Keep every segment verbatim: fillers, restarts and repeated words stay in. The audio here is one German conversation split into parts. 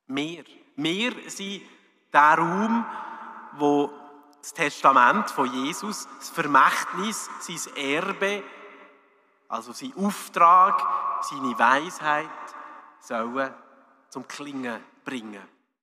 Wir. Wir sind der Raum, wo das Testament von Jesus, das Vermächtnis, sein Erbe, also sein Auftrag, seine Weisheit, sollen zum Klingen bringen.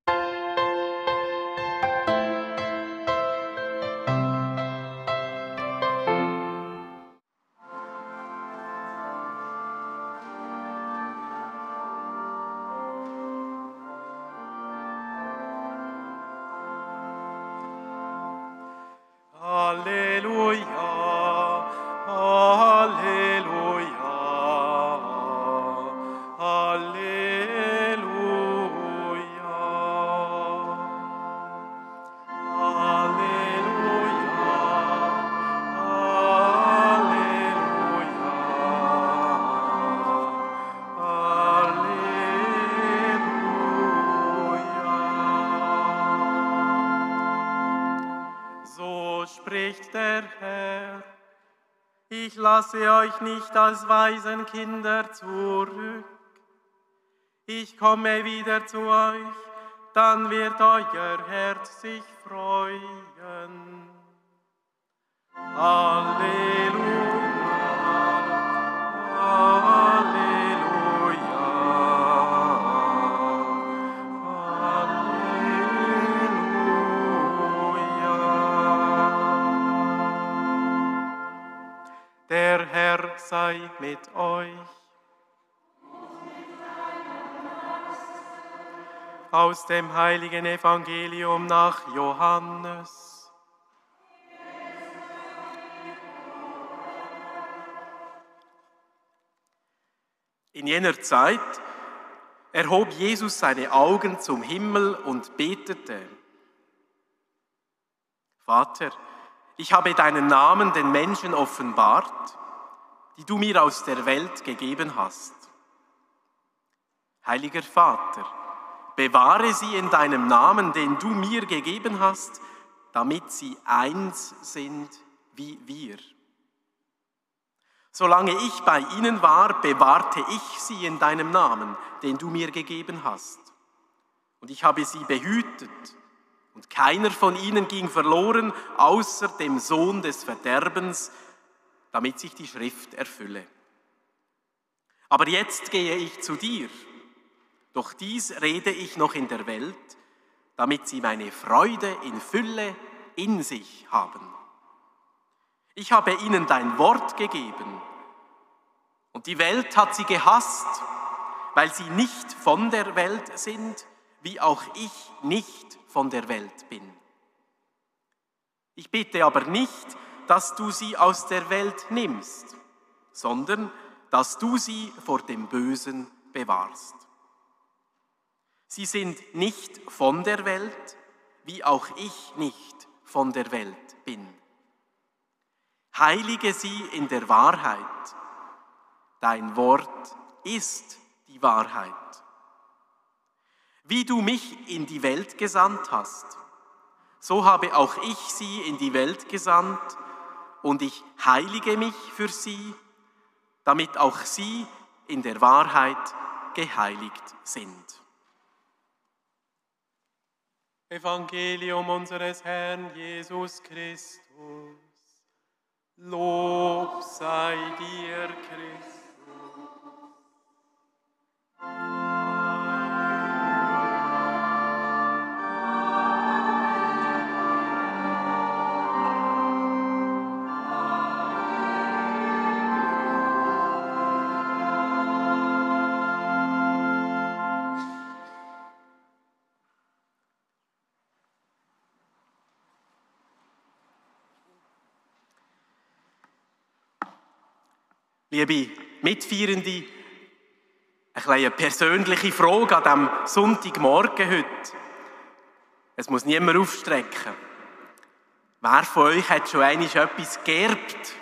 Ich lasse euch nicht als Waisenkinder zurück. Ich komme wieder zu euch, dann wird euer Herz sich freuen. Halleluja, Halleluja, Halleluja. Der Herr sei mit euch. Aus dem heiligen Evangelium nach Johannes. In jener Zeit erhob Jesus seine Augen zum Himmel und betete: Vater, ich habe deinen Namen den Menschen offenbart, die du mir aus der Welt gegeben hast. Heiliger Vater, bewahre sie in deinem Namen, den du mir gegeben hast, damit sie eins sind wie wir. Solange ich bei ihnen war, bewahrte ich sie in deinem Namen, den du mir gegeben hast. Und ich habe sie behütet, und keiner von ihnen ging verloren, außer dem Sohn des Verderbens, damit sich die Schrift erfülle. Aber jetzt gehe ich zu dir. Doch dies rede ich noch in der Welt, damit sie meine Freude in Fülle in sich haben. Ich habe ihnen dein Wort gegeben, und die Welt hat sie gehasst, weil sie nicht von der Welt sind, wie auch ich nicht von der Welt bin. Ich bitte aber nicht, dass du sie aus der Welt nimmst, sondern dass du sie vor dem Bösen bewahrst. Sie sind nicht von der Welt, wie auch ich nicht von der Welt bin. Heilige sie in der Wahrheit. Dein Wort ist die Wahrheit. Wie du mich in die Welt gesandt hast, so habe auch ich sie in die Welt gesandt, und ich heilige mich für sie, damit auch sie in der Wahrheit geheiligt sind. Evangelium unseres Herrn Jesus Christus. Lob sei dir, Christus. Liebe Mitfeierende, eine persönliche Frage an diesem Sonntagmorgen heute. Es muss niemand aufstrecken. Wer von euch hat schon einmal etwas geerbt?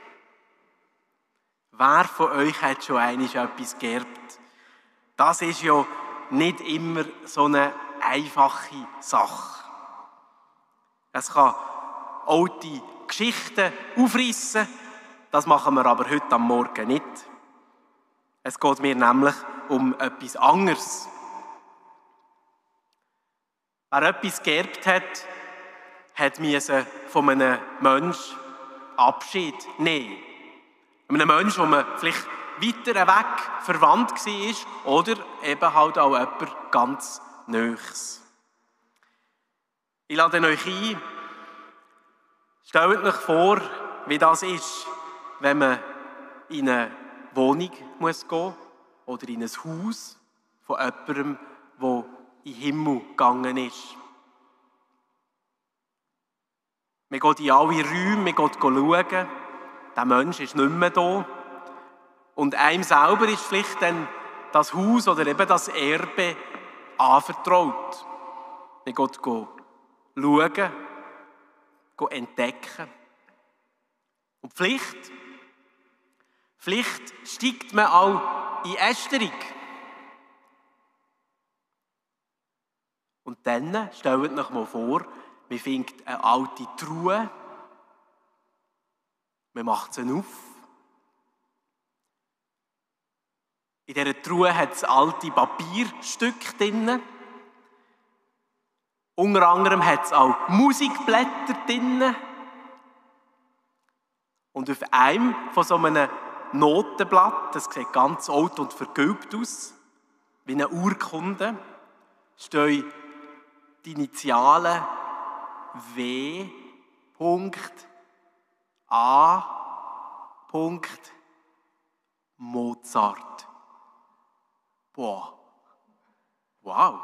Wer von euch hat schon einmal etwas geerbt? Das ist ja nicht immer so eine einfache Sache. Es kann alte Geschichten aufrissen. Das machen wir aber heute am Morgen nicht. Es geht mir nämlich um etwas anderes. Wer etwas geerbt hat, hat müssen von einem Menschen Abschied nehmen. Einem Menschen, wo man vielleicht weiter weg verwandt war oder eben halt auch jemand ganz Nahes. Ich lade euch ein, stellt euch vor, wie das ist, wenn man in eine Wohnung muss gehen oder in ein Haus von jemandem, der in den Himmel gegangen ist. Man geht in alle Räume, man geht schauen, der Mensch ist nicht mehr da. Und einem selber ist vielleicht dann das Haus oder eben das Erbe anvertraut. Man geht schauen, entdecken. Und vielleicht, vielleicht steigt man auch in Ästerung. Und dann stellt euch mal vor, man findet eine alte Truhe, man macht sie auf. In dieser Truhe hat es alte Papierstücke drin. Unter anderem hat es auch Musikblätter drin. Und auf einem von so einem Notenblatt, das sieht ganz alt und vergilbt aus, wie eine Urkunde, stehen die Initialen W. A. Mozart. Boah. Wow.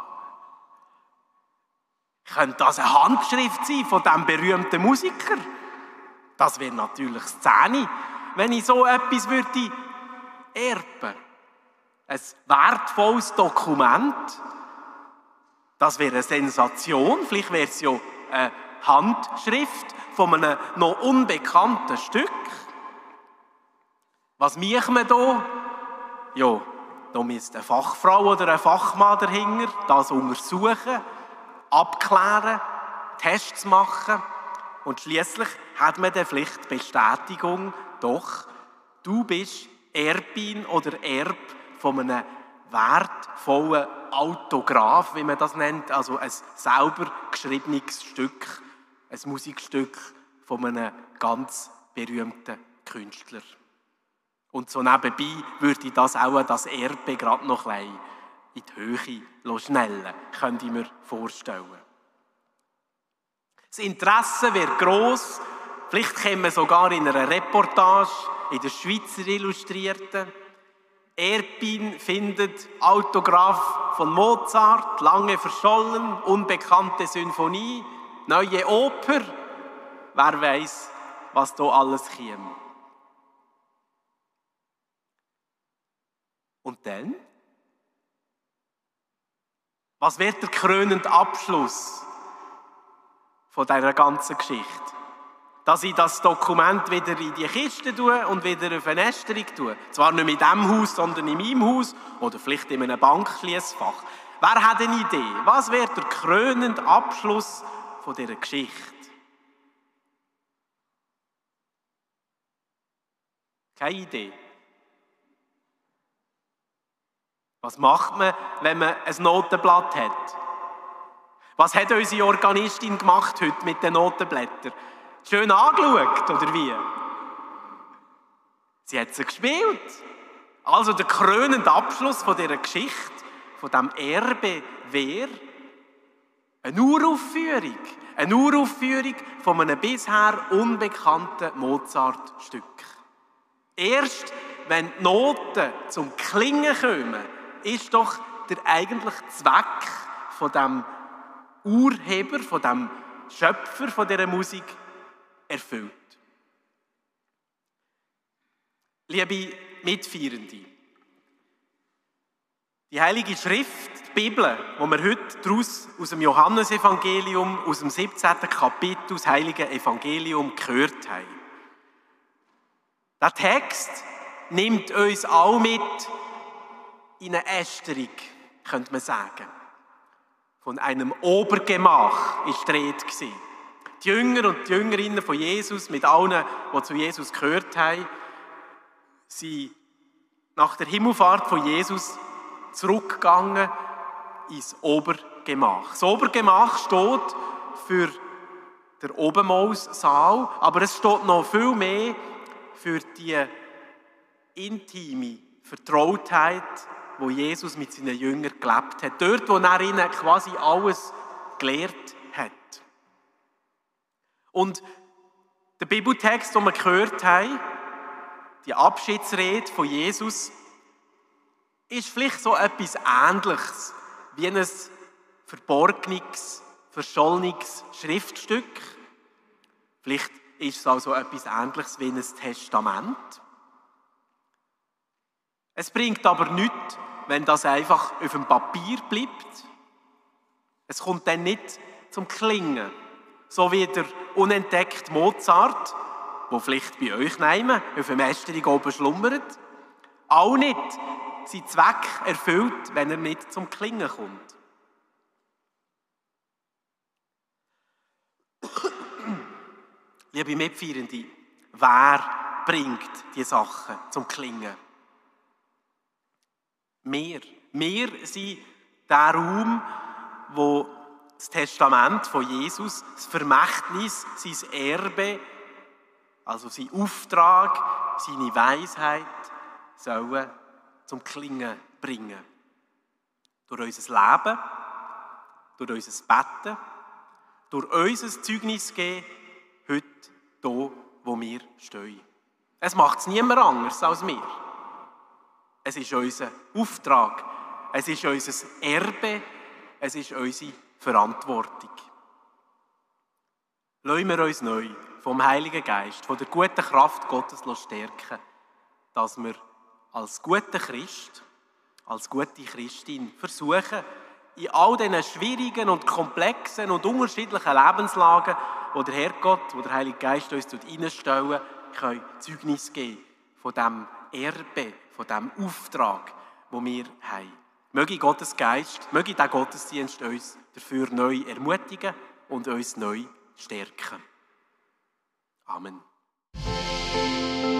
Könnte das eine Handschrift sein von diesem berühmten Musiker? Das wäre natürlich Szene, wenn ich so etwas würde erben. Ein wertvolles Dokument. Das wäre eine Sensation. Vielleicht wäre es ja eine Handschrift von einem noch unbekannten Stück. Was machen wir da? Ja, da müsste eine Fachfrau oder ein Fachmann dahinter das untersuchen, abklären, Tests machen und schliesslich hat man dann vielleicht die Bestätigung, doch, du bist Erbin oder Erb von einem wertvollen Autograph, wie man das nennt, also ein selber geschriebenes Stück, ein Musikstück von einem ganz berühmten Künstler. Und so nebenbei würde ich das auch das Erbe gerade noch ein bisschen in die Höhe schnellen, könnte ich mir vorstellen. Das Interesse wäre gross, vielleicht käme man sogar in einer Reportage in der Schweizer Illustrierten. Erbin findet Autograph von Mozart, lange verschollen, unbekannte Sinfonie, neue Oper. Wer weiß, was da alles käme. Und dann? Was wird der krönende Abschluss von dieser ganzen Geschichte? Dass ich das Dokument wieder in die Kiste tue und wieder auf eine Ästerung tue. Zwar nicht in diesem Haus, sondern in meinem Haus oder vielleicht in einem Bankschliessfach. Wer hat eine Idee? Was wird der krönende Abschluss von dieser Geschichte? Keine Idee. Was macht man, wenn man ein Notenblatt hat? Was hat unsere Organistin gemacht heute mit den Notenblättern? Schön angeschaut, oder wie? Sie hat sie gespielt. Also der krönende Abschluss von dieser Geschichte, von diesem Erbe, wäre eine Uraufführung. Eine Uraufführung von einem bisher unbekannten Mozart-Stück. Erst wenn die Noten zum Klingen kommen, ist doch der eigentliche Zweck von dem Urheber, von dem Schöpfer von dieser Musik erfüllt. Liebe Mitfeierende, die Heilige Schrift, die Bibel, die wir heute daraus aus dem Johannesevangelium, aus dem siebzehnten Kapitel, das Heilige Evangelium gehört haben. Der Text nimmt uns auch mit in eine Ästerung, könnte man sagen. Von einem Obergemach war die Rede. Die Jünger und die Jüngerinnen von Jesus, mit allen, die zu Jesus gehört haben, sind nach der Himmelfahrt von Jesus zurückgegangen ins Obergemach. Obergemach. Das Obergemach steht für den Obenmaussaal, aber es steht noch viel mehr für die intime Vertrautheit, wo Jesus mit seinen Jüngern gelebt hat. Dort, wo er ihnen quasi alles gelehrt hat. Und der Bibeltext, den wir gehört haben, die Abschiedsrede von Jesus, ist vielleicht so etwas Ähnliches wie ein verborgenes, verschollenes Schriftstück. Vielleicht ist es also etwas Ähnliches wie ein Testament. Es bringt aber nichts, wenn das einfach auf dem Papier bleibt. Es kommt dann nicht zum Klingen. So wie der unentdeckte Mozart, der vielleicht bei euch nehmen, auf dem Ästerchen oben schlummert, auch nicht seinen Zweck erfüllt, wenn er nicht zum Klingen kommt. Liebe Mitfeierende, wer bringt die Sachen zum Klingen? Wir. Wir sind der Raum, wo das Testament von Jesus, das Vermächtnis, sein Erbe, also sein Auftrag, seine Weisheit, sollen zum Klingen bringen. Durch unser Leben, durch unser Betten, durch unser Zeugnis geben, heute hier, wo wir stehen. Es macht es niemand anders als wir. Es ist unser Auftrag, es ist unser Erbe, es ist unsere Verantwortung. Lassen wir uns neu vom Heiligen Geist, von der guten Kraft Gottes stärken, dass wir als guter Christ, als gute Christin versuchen, in all diesen schwierigen und komplexen und unterschiedlichen Lebenslagen, wo der Herrgott, wo der Heilige Geist uns hineinstellen, können Zeugnis geben von diesem Erbe, von diesem Auftrag, den wir haben. Möge Gottes Geist, möge der Gottesdienst uns dafür neu ermutigen und uns neu stärken. Amen.